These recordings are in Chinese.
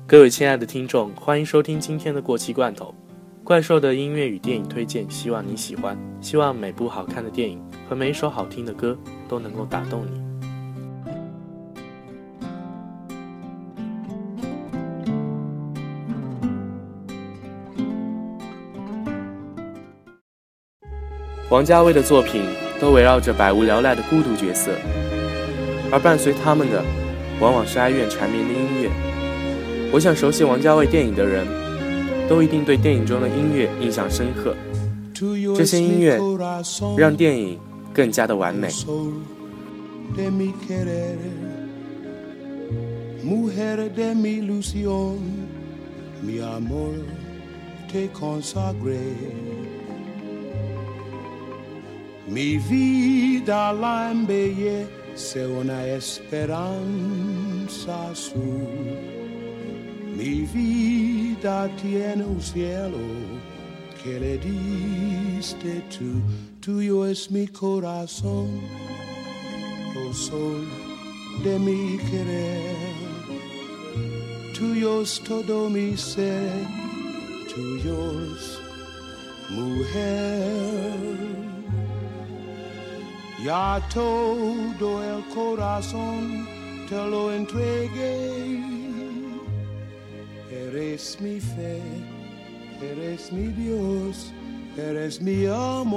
各位亲爱的听众，欢迎收听今天的过期罐头怪兽的音乐与电影推荐，希望你喜欢，希望每部好看的电影和每一首好听的歌都能够打动你。王家卫的作品都围绕着百无聊赖的孤独角色，而伴随他们的往往是哀怨缠绵的音乐。我想熟悉王家卫电影的人都一定对电影中的音乐印象深刻，这些音乐让电影更加的完美。 Mi vida la embellece una esperanza azul. Mi vida tiene un cielo que le diste tú. Tuyo es mi corazón, oh sol de mi querer. Tuyo es todo mi ser, tuyos, mujer.Ya todo el corazón te lo entregué. Eres mi fe, eres mi Dios, eres mi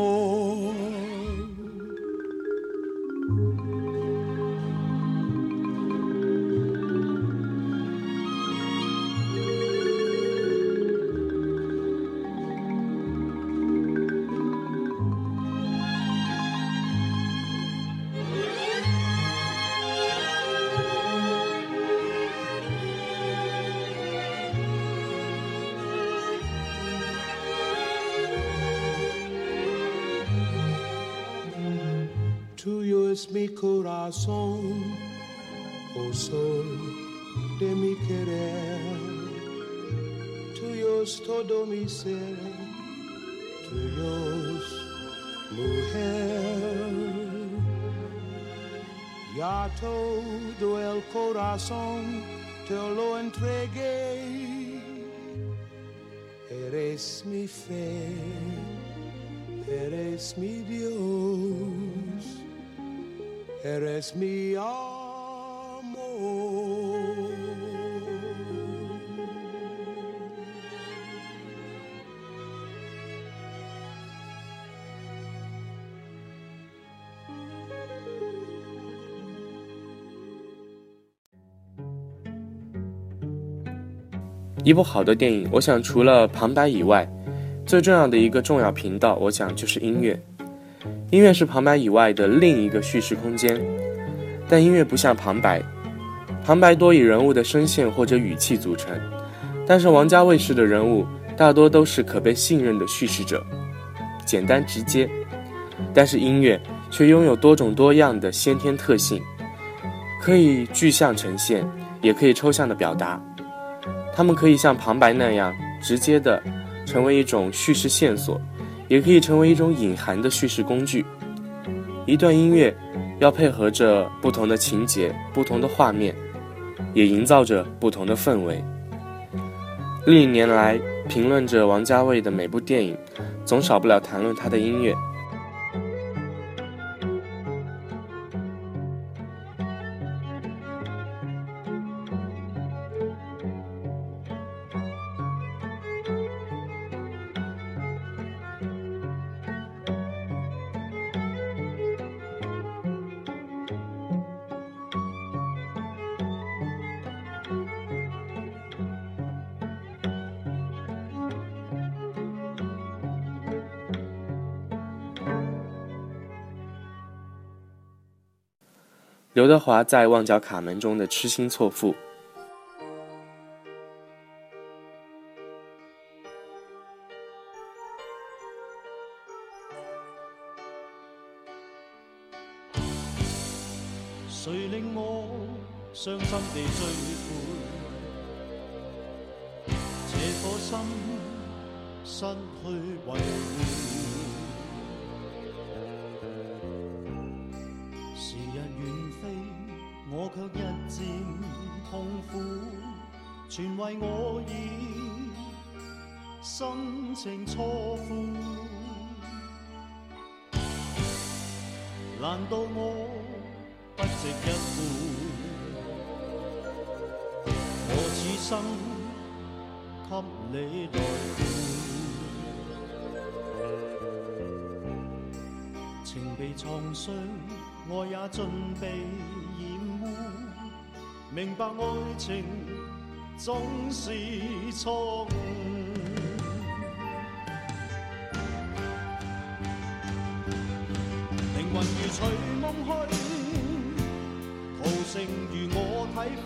amor.，Tuyo es mi corazón, oh sol de mi querer. Tuyo es todo mi ser, tuyos, mujer. Ya todo el corazón te lo entregué. Eres mi fe.Eres mi Dios, eres mi amor. 一部好的电影，我想除了旁白以外，最重要的一个重要频道，我想就是音乐。音乐是旁白以外的另一个叙事空间，但音乐不像旁白，旁白多以人物的声线或者语气组成，但是王家卫式的人物大多都是可被信任的叙事者，简单直接，但是音乐却拥有多种多样的先天特性，可以具象呈现，也可以抽象的表达。它们可以像旁白那样直接的成为一种叙事线索，也可以成为一种隐含的叙事工具。一段音乐要配合着不同的情节、不同的画面，也营造着不同的氛围。历年来评论着王家卫的每部电影，总少不了谈论他的音乐。刘德华在《旺角卡门》中的痴心错付， 谁令我伤心地追悔？这颗心失去维护。时日远飞，我却日渐痛苦。 全為我以深情錯付。難道我不值一顧？我此生給你來付，情被創傷，愛也盡被染污。明白愛情總是錯誤。靈魂如隨夢去，途程如我體膚，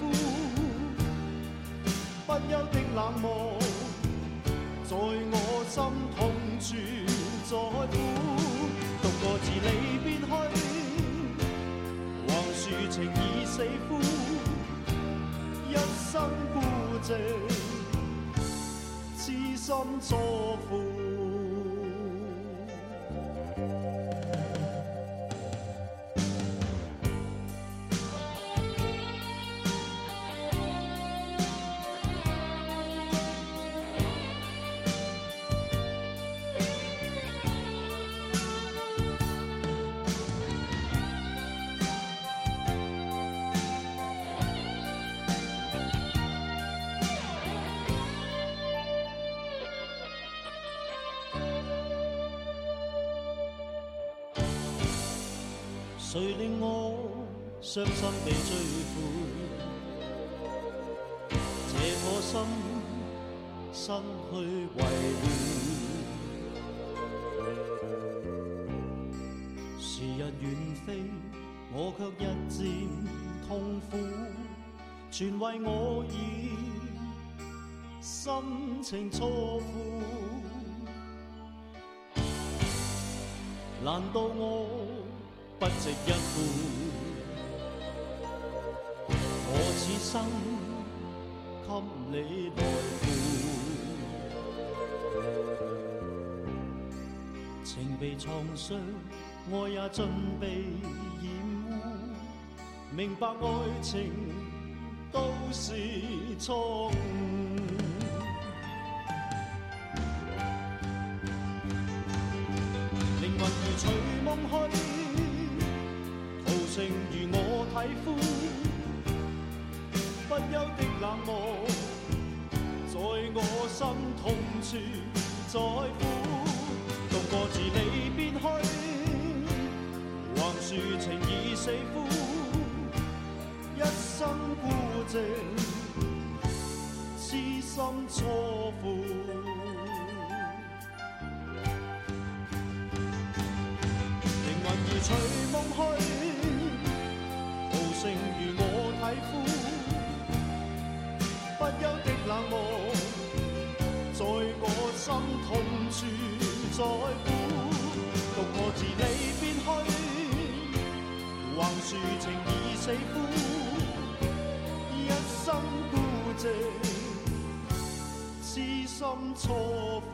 不休的冷漠，在我心痛處再苦。獨個自離別去，橫豎情已死灰，一生孤寂，痴心錯付。誰令我傷心地追悔？這顆心失去維護，時日遠飛，我卻日漸痛苦，全為我以深情錯付。難道我不值一顧？我此生給你來付，情被創傷，愛也盡被染污。明白愛情都是錯誤。靈魂如隨夢去，途程如我體膚，不休的冷漠，在我心痛處再苦。獨個自離別去，橫豎情已死灰，一生孤寂，痴心錯付。如隨夢去，途程如我體膚，不休的冷漠，在我心痛處再苦。獨個自離別去，橫豎情已死灰，一生孤寂，痴心錯付。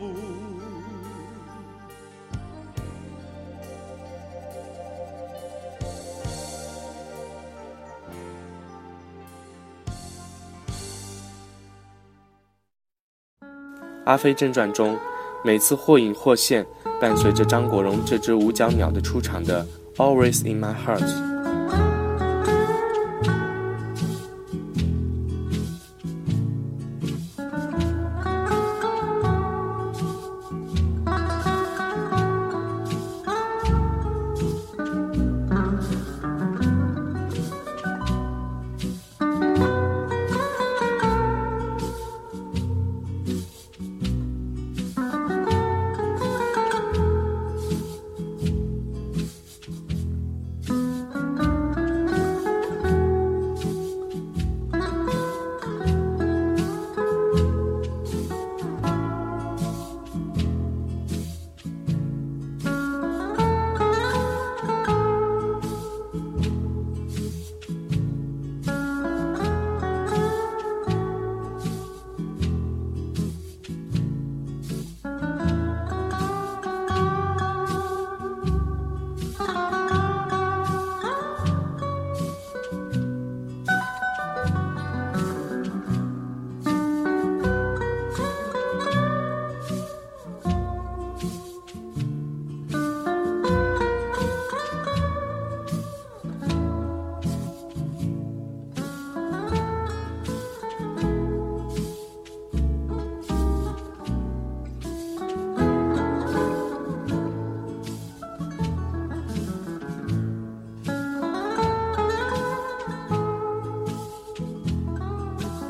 《阿飞正传》中，每次或隐或现，伴随着张国荣这只五脚鸟的出场的 Always in my heart。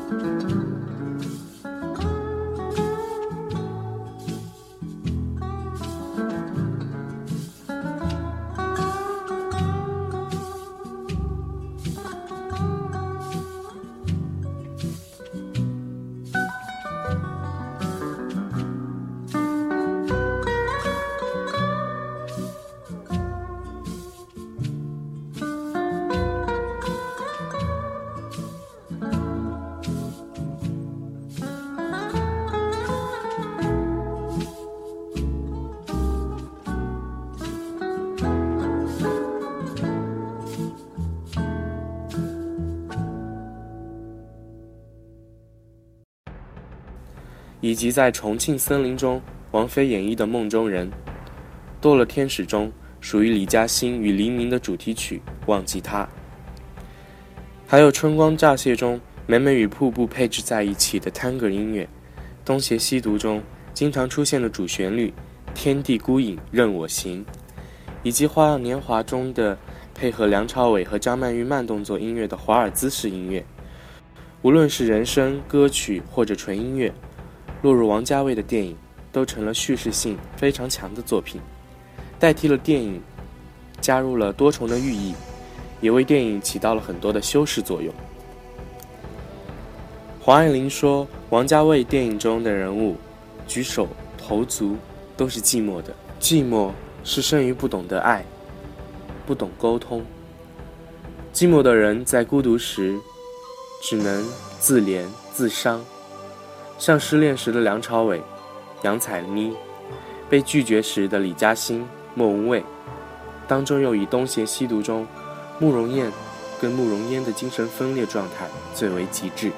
以及在重庆森林中王菲演绎的《梦中人》，堕落天使中属于李嘉欣与黎明的主题曲《忘记他》，还有春光乍泄中每每与瀑布配置在一起的探戈音乐，东邪西毒中经常出现的主旋律天地孤影任我行，以及花样年华中的配合梁朝伟和张曼玉慢动作音乐的华尔兹式音乐。无论是人声、歌曲或者纯音乐，落入王家卫的电影都成了叙事性非常强的作品，代替了电影，加入了多重的寓意，也为电影起到了很多的修饰作用。黄爱玲说，王家卫电影中的人物举手投足都是寂寞的，寂寞是生于不懂得爱，不懂沟通。寂寞的人在孤独时只能自怜自伤，像失恋时的梁朝伟、杨采妮，被拒绝时的李嘉欣、莫文蔚，当中又以东邪西毒中慕容燕跟慕容嫣的精神分裂状态最为极致。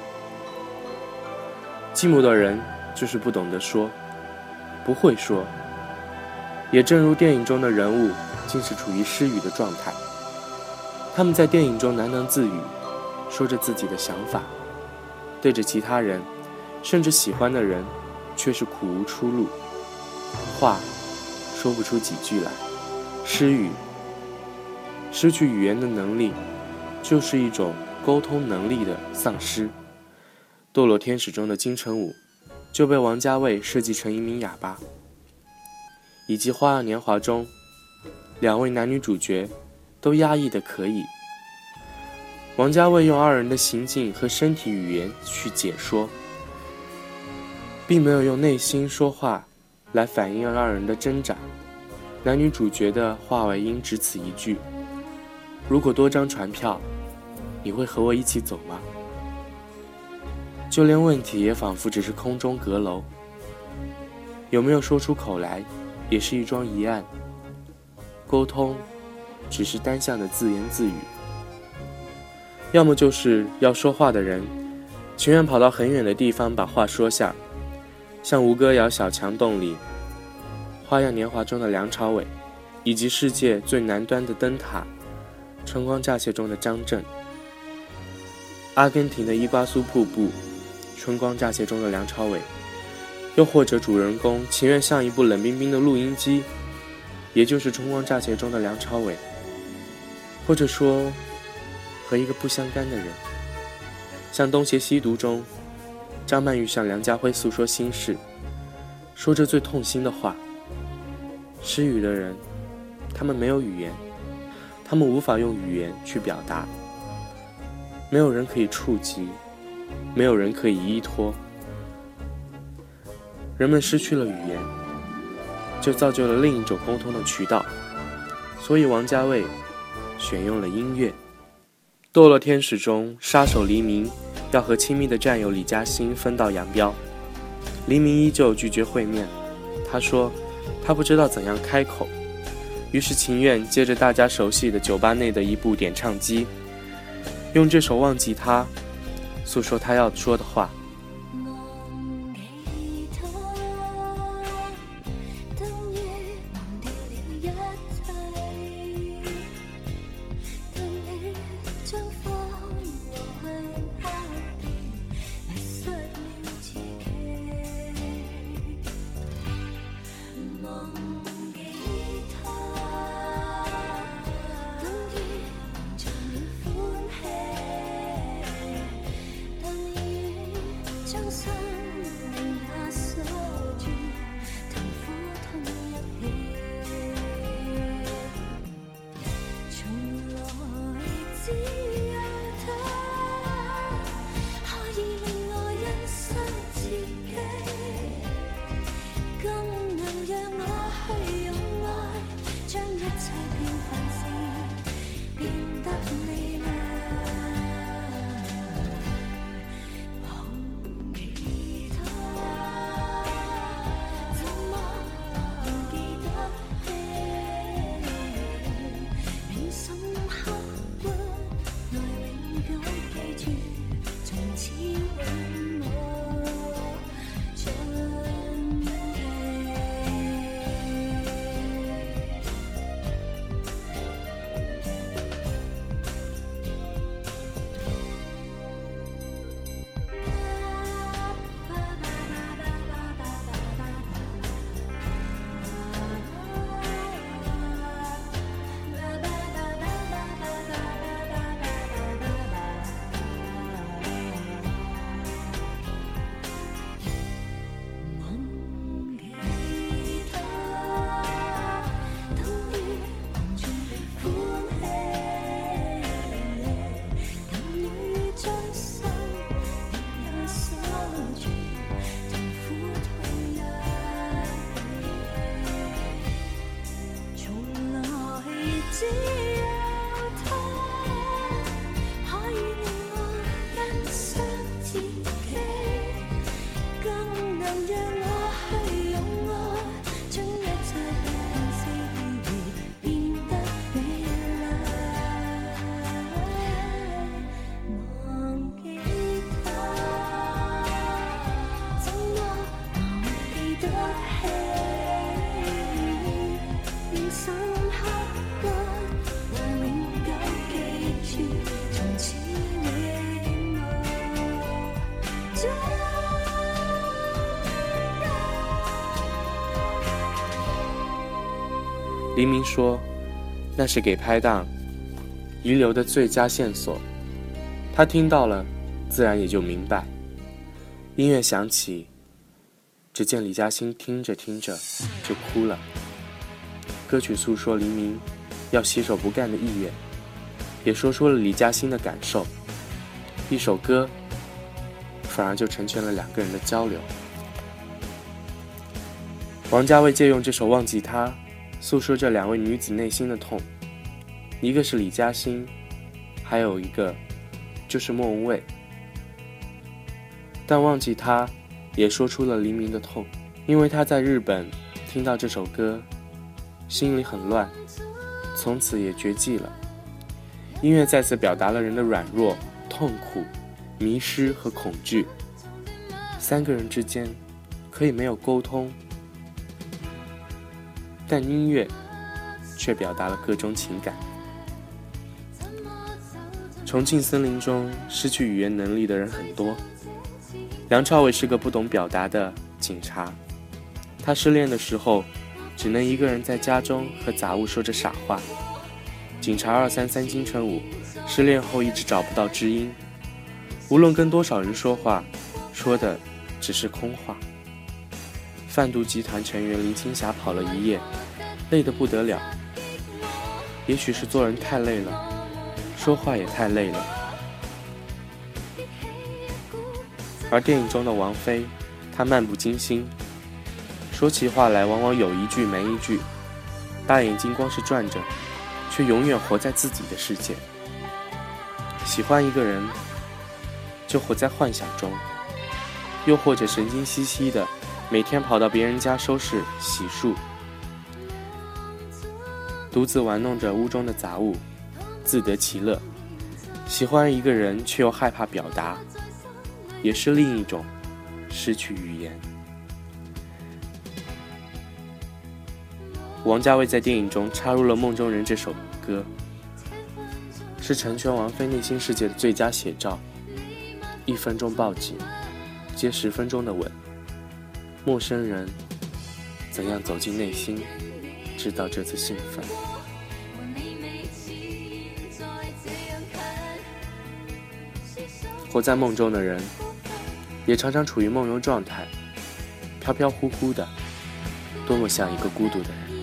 寂寞的人就是不懂得说，不会说，也正如电影中的人物竟是处于失语的状态，他们在电影中喃喃自语，说着自己的想法，对着其他人甚至喜欢的人却是苦无出路，话说不出几句来，失语。失去语言的能力就是一种沟通能力的丧失。堕落天使中的金城武就被王家卫设计成一名哑巴，以及花样年华中两位男女主角都压抑的可以，王家卫用二人的行径和身体语言去解说，并没有用内心说话来反映二人的挣扎。男女主角的话尾音只此一句：如果多张船票，你会和我一起走吗？就连问题也仿佛只是空中阁楼，有没有说出口来也是一桩疑案。沟通只是单向的自言自语，要么就是要说话的人情愿跑到很远的地方把话说下，像吴歌谣小墙洞里、花样年华中的梁朝伟，以及世界最南端的灯塔春光乍泄中的张震，阿根廷的伊瓜苏瀑布春光乍泄中的梁朝伟，又或者主人公情愿像一部冷冰冰的录音机，也就是春光乍泄中的梁朝伟，或者说和一个不相干的人，像东邪西毒中张曼玉向梁家辉诉说心事，说着最痛心的话。失语的人，他们没有语言，他们无法用语言去表达，没有人可以触及，没有人可以依托。人们失去了语言，就造就了另一种沟通的渠道，所以王家卫选用了音乐。堕落天使中，杀手黎明要和亲密的战友李嘉欣分道扬镳，黎明依旧拒绝会面，他说他不知道怎样开口，于是情愿接着大家熟悉的酒吧内的一部点唱机，用这首《忘记他》诉说他要说的话。 將生命也鎖住，痛苦痛一起，從來只有他可以令我欣賞自己，更能讓我去擁愛，將一切平凡事變得美麗。 黎明说，那是给拍档遗留的最佳线索。他听到了，自然也就明白。音乐响起，只见李嘉欣听着听着就哭了。歌曲诉说黎明要洗手不干的意愿，也说出了李嘉欣的感受。一首歌反而就成全了两个人的交流。王家卫借用这首《忘记他》诉说着两位女子内心的痛，一个是李嘉欣，还有一个就是莫文蔚。但忘记他也说出了黎明的痛，因为他在日本听到这首歌，心里很乱，从此也绝迹了。音乐再次表达了人的软弱、痛苦、迷失和恐惧。三个人之间可以没有沟通，但音乐却表达了各种情感。重庆森林中失去语言能力的人很多。梁朝伟是个不懂表达的警察，他失恋的时候只能一个人在家中和杂物说着傻话。警察233金城武失恋后一直找不到知音，无论跟多少人说话，说的只是空话。贩毒集团成员林青霞跑了一夜，累得不得了。也许是做人太累了，说话也太累了。而电影中的王菲，她漫不经心，说起话来往往有一句没一句，大眼睛光是转着，却永远活在自己的世界。喜欢一个人，就活在幻想中，又或者神经兮兮的每天跑到别人家收拾洗漱，独自玩弄着屋中的杂物，自得其乐。喜欢一个人却又害怕表达，也是另一种失去语言。王家卫在电影中插入了《梦中人》这首歌，是成全王菲内心世界的最佳写照。1分钟抱紧，接10分钟的吻，陌生人怎样走进内心，知道这次兴奋。活在梦中的人， 也常常处于梦游状态，飘飘忽忽的，多么像一个孤独的人。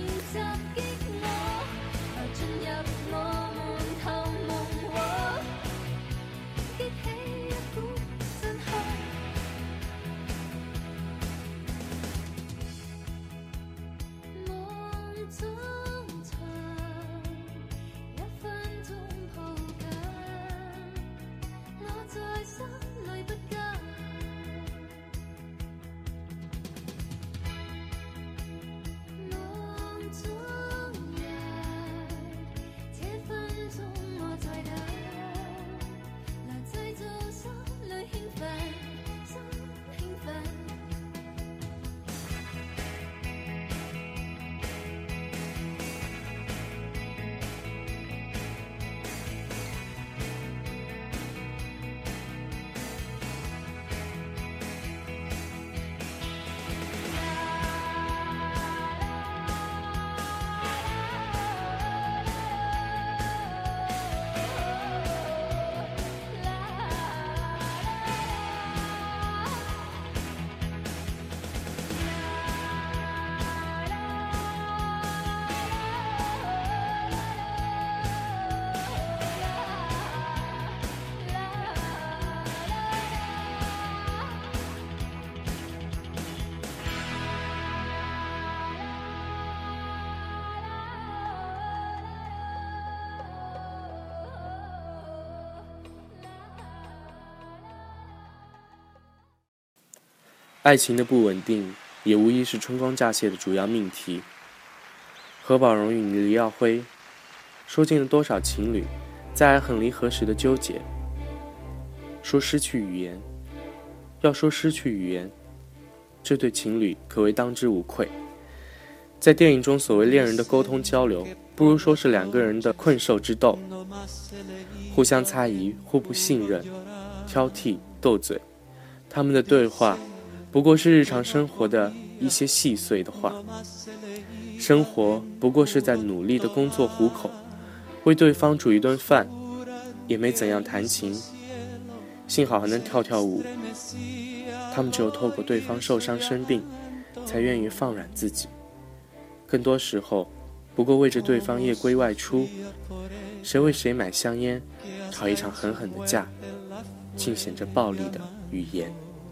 爱情的不稳定也无疑是春光乍泄的主要命题。何宝荣与黎耀辉说尽了多少情侣在爱恨离合时的纠结。说失去语言，要说失去语言，这对情侣可谓当之无愧。在电影中所谓恋人的沟通交流，不如说是两个人的困兽之斗，互相猜疑，互不信任，挑剔斗嘴。他们的对话不过是日常生活的一些细碎的话，生活不过是在努力的工作糊口，为对方煮一顿饭，也没怎样弹琴，幸好还能跳跳舞。他们只有透过对方受伤生病，才愿意放软自己，更多时候不过为着对方夜归外出，谁为谁买香烟，吵一场狠狠的架，尽显着暴力的语言。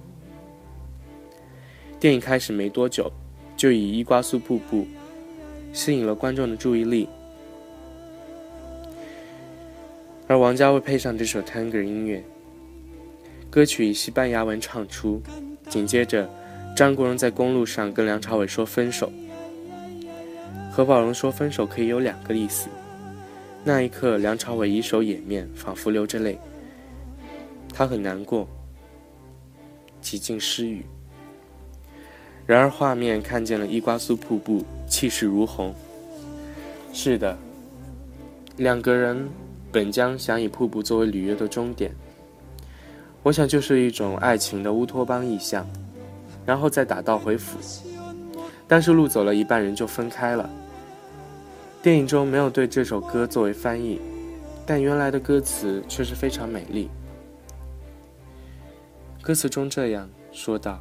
电影开始没多久，就以伊瓜苏瀑布吸引了观众的注意力，而王家卫配上这首 Tango 音乐，歌曲以西班牙文唱出，紧接着张国荣在公路上跟梁朝伟说分手。何宝荣说分手可以有两个意思，那一刻梁朝伟以手掩面，仿佛流着泪，他很难过，几近失语。然而画面看见了伊瓜苏瀑布，气势如虹。是的，两个人本将想以瀑布作为履约的终点，我想就是一种爱情的乌托邦意象，然后再打道回府。但是路走了一半，人就分开了。电影中没有对这首歌作为翻译，但原来的歌词却是非常美丽。歌词中这样说道：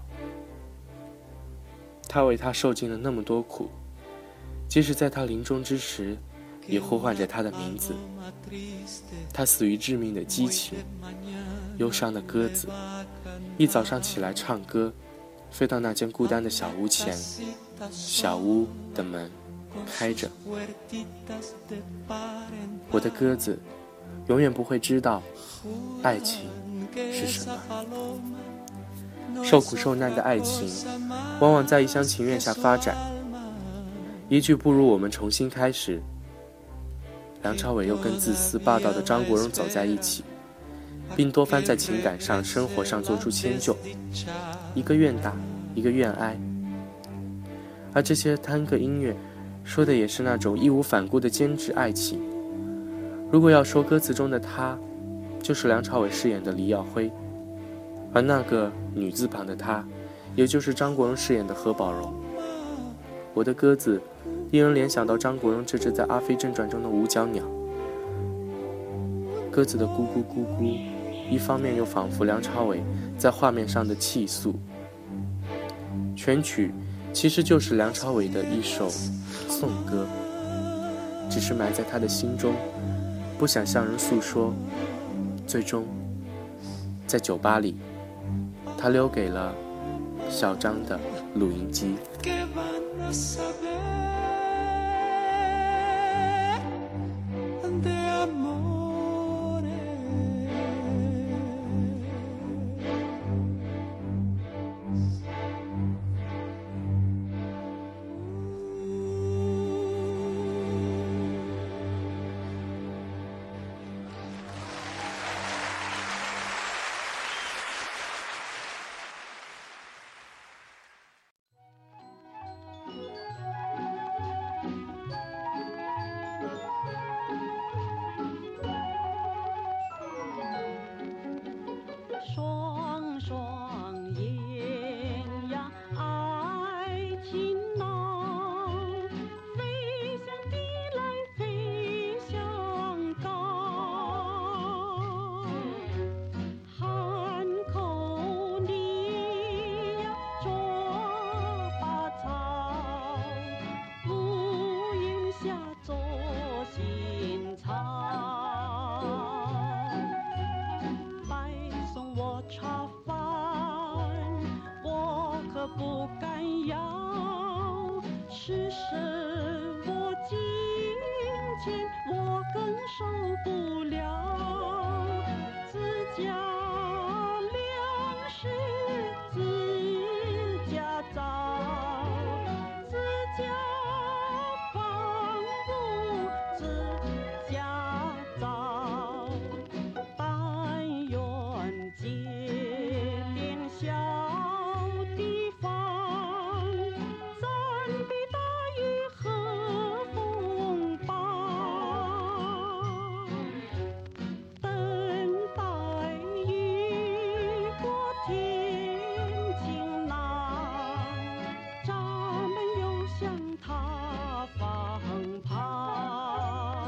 他为他受尽了那么多苦，即使在他临终之时也呼唤着他的名字。他死于致命的激情，忧伤的鸽子一早上起来唱歌，飞到那间孤单的小屋前，小屋的门开着。我的鸽子永远不会知道爱情是什么。受苦受难的爱情往往在一厢情愿下发展，一句不如我们重新开始，梁朝伟又跟自私霸道的张国荣走在一起，并多番在情感上生活上做出迁就，一个愿打一个愿挨。而这些探戈音乐说的也是那种义无反顾的坚持爱情。如果要说歌词中的他，就是梁朝伟饰演的黎耀辉，而那个女字旁的他，也就是张国荣饰演的何宝荣。我的鸽子令人联想到张国荣这只在《阿飞正传》中的五角鸟，鸽子的咕咕咕咕一方面又仿佛梁朝伟在画面上的气诉。全曲其实就是梁朝伟的一首颂歌，只是埋在他的心中，不想向人诉说。最终在酒吧里，他留给了小张的录音机。 双双雁呀，爱情闹，飞向地来飞向高，汉口里呀捉把草，屋檐下做新草。我茶饭，我可不敢要，施舍我金钱，我更受不了。自家粮食自家造，自家房屋自家造。接连小地方，暂避大雨和风暴，等待雨过天晴朗，咱们又向他方跑。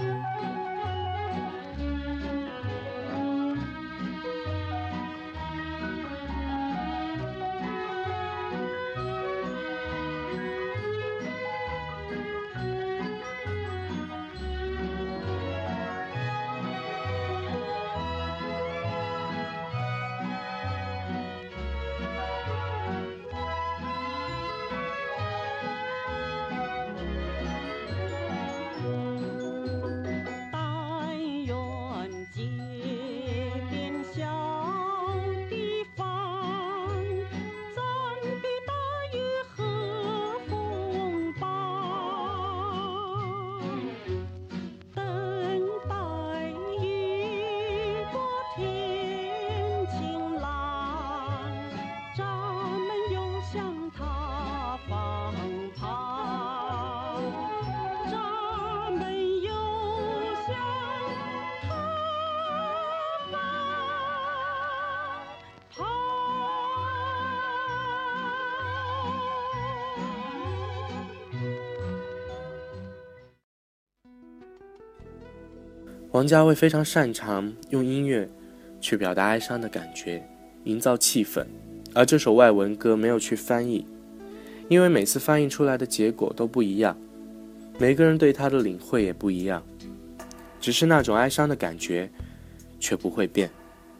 王家卫非常擅长用音乐去表达哀伤的感觉，营造气氛，而这首外文歌没有去翻译，因为每次翻译出来的结果都不一样，每个人对它的领会也不一样，只是那种哀伤的感觉却不会变。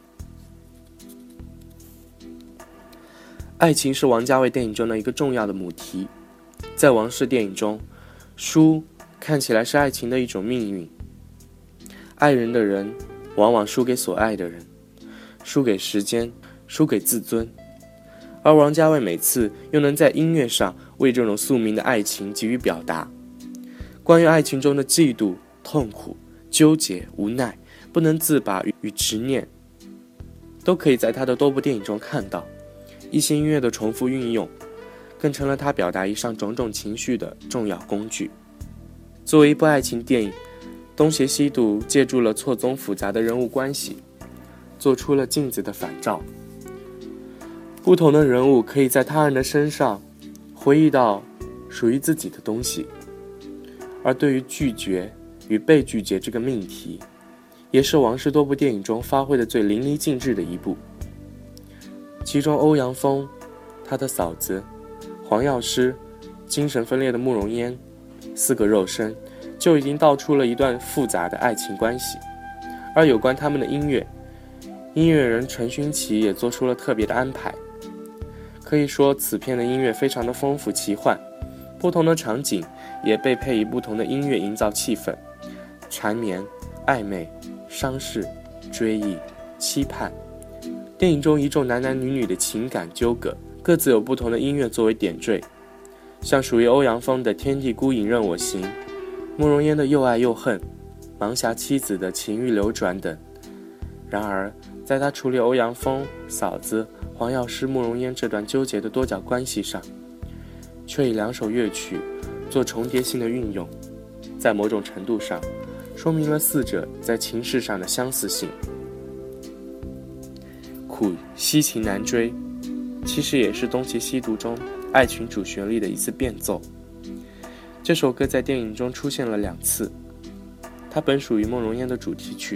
爱情是王家卫电影中的一个重要的母题，在王室电影中，输看起来是爱情的一种命运，爱人的人往往输给所爱的人，输给时间，输给自尊，而王家卫每次又能在音乐上为这种宿命的爱情给予表达。关于爱情中的嫉妒、痛苦、纠结、无奈、不能自拔与执念，都可以在他的多部电影中看到。一些音乐的重复运用，更成了他表达以上种种情绪的重要工具。作为一部爱情电影，东邪西毒借助了错综复杂的人物关系，做出了镜子的反照。不同的人物可以在他人的身上回忆到属于自己的东西，而对于拒绝与被拒绝这个命题， 也是王氏多部电影中发挥的最淋漓尽致的一部。其中欧阳锋、他的嫂子、黄药师、精神分裂的慕容嫣4个肉身就已经道出了一段复杂的爱情关系。而有关他们的音乐人陈勋奇也做出了特别的安排。可以说此片的音乐非常的丰富奇幻，不同的场景也被配以不同的音乐营造气氛，缠绵、暧昧、伤势、追忆、期盼。电影中一众男男女女的情感纠葛，各自有不同的音乐作为点缀，像属于欧阳锋的天地孤影任我行，慕容嫣的又爱又恨，盲侠妻子的情欲流转等。然而在他处理欧阳锋、嫂子、黄药师、慕容嫣这段纠结的多角关系上，却以2首乐曲做重叠性的运用，在某种程度上说明了4者在情势上的相似性。苦惜情难追其实也是东邪西毒中爱情主旋律的一次变奏。这首歌在电影中出现了2次，它本属于慕容嫣的主题曲，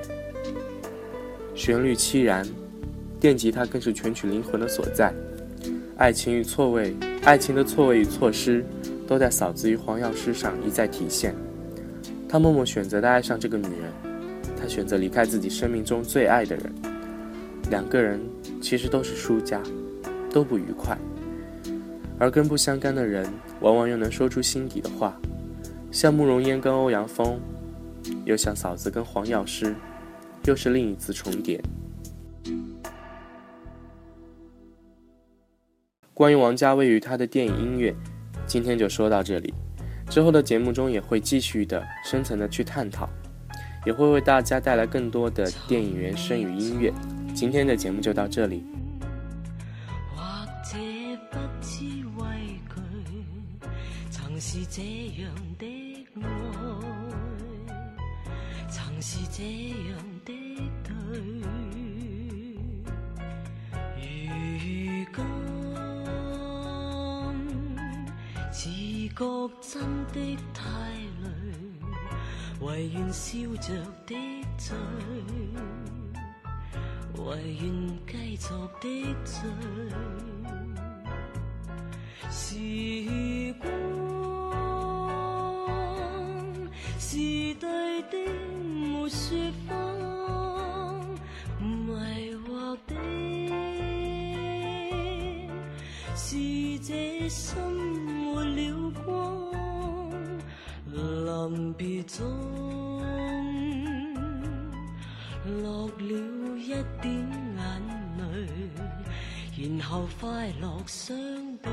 旋律凄然，电吉他更是全曲灵魂的所在。爱情的错位与错失都在嫂子与黄药师上一再体现。他默默选择的爱上这个女人，他选择离开自己生命中最爱的人，2个人其实都是输家，都不愉快。而跟不相干的人往往又能说出心底的话，像慕容嫣跟欧阳锋，又像嫂子跟黄药师，又是另一次重叠。关于王家卫与他的电影音乐，今天就说到这里。之后的节目中也会继续的深层的去探讨，也会为大家带来更多的电影原声与音乐。今天的节目就到这里。 或者不知畏惧，曾是这样的爱，曾是这样的对。如今自觉真的太累，唯愿笑着的醉，唯愿繼續的醉。時光是對的沒說謊，迷惑的是這心沒了光，臨別中落了一點眼淚，然後快樂相對，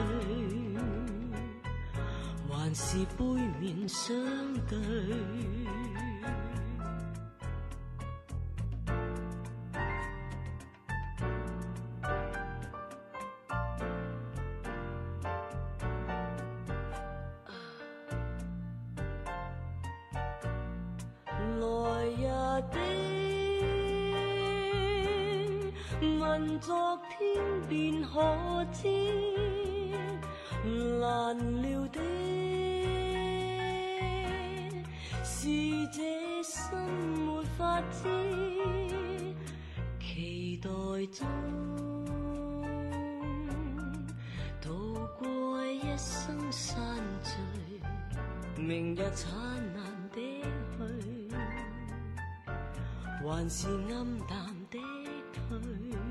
還是背面相對。來日的問昨天便可知，難料的是這心沒法知，期待中度過一生散聚，明日燦爛的去，還是暗淡的退。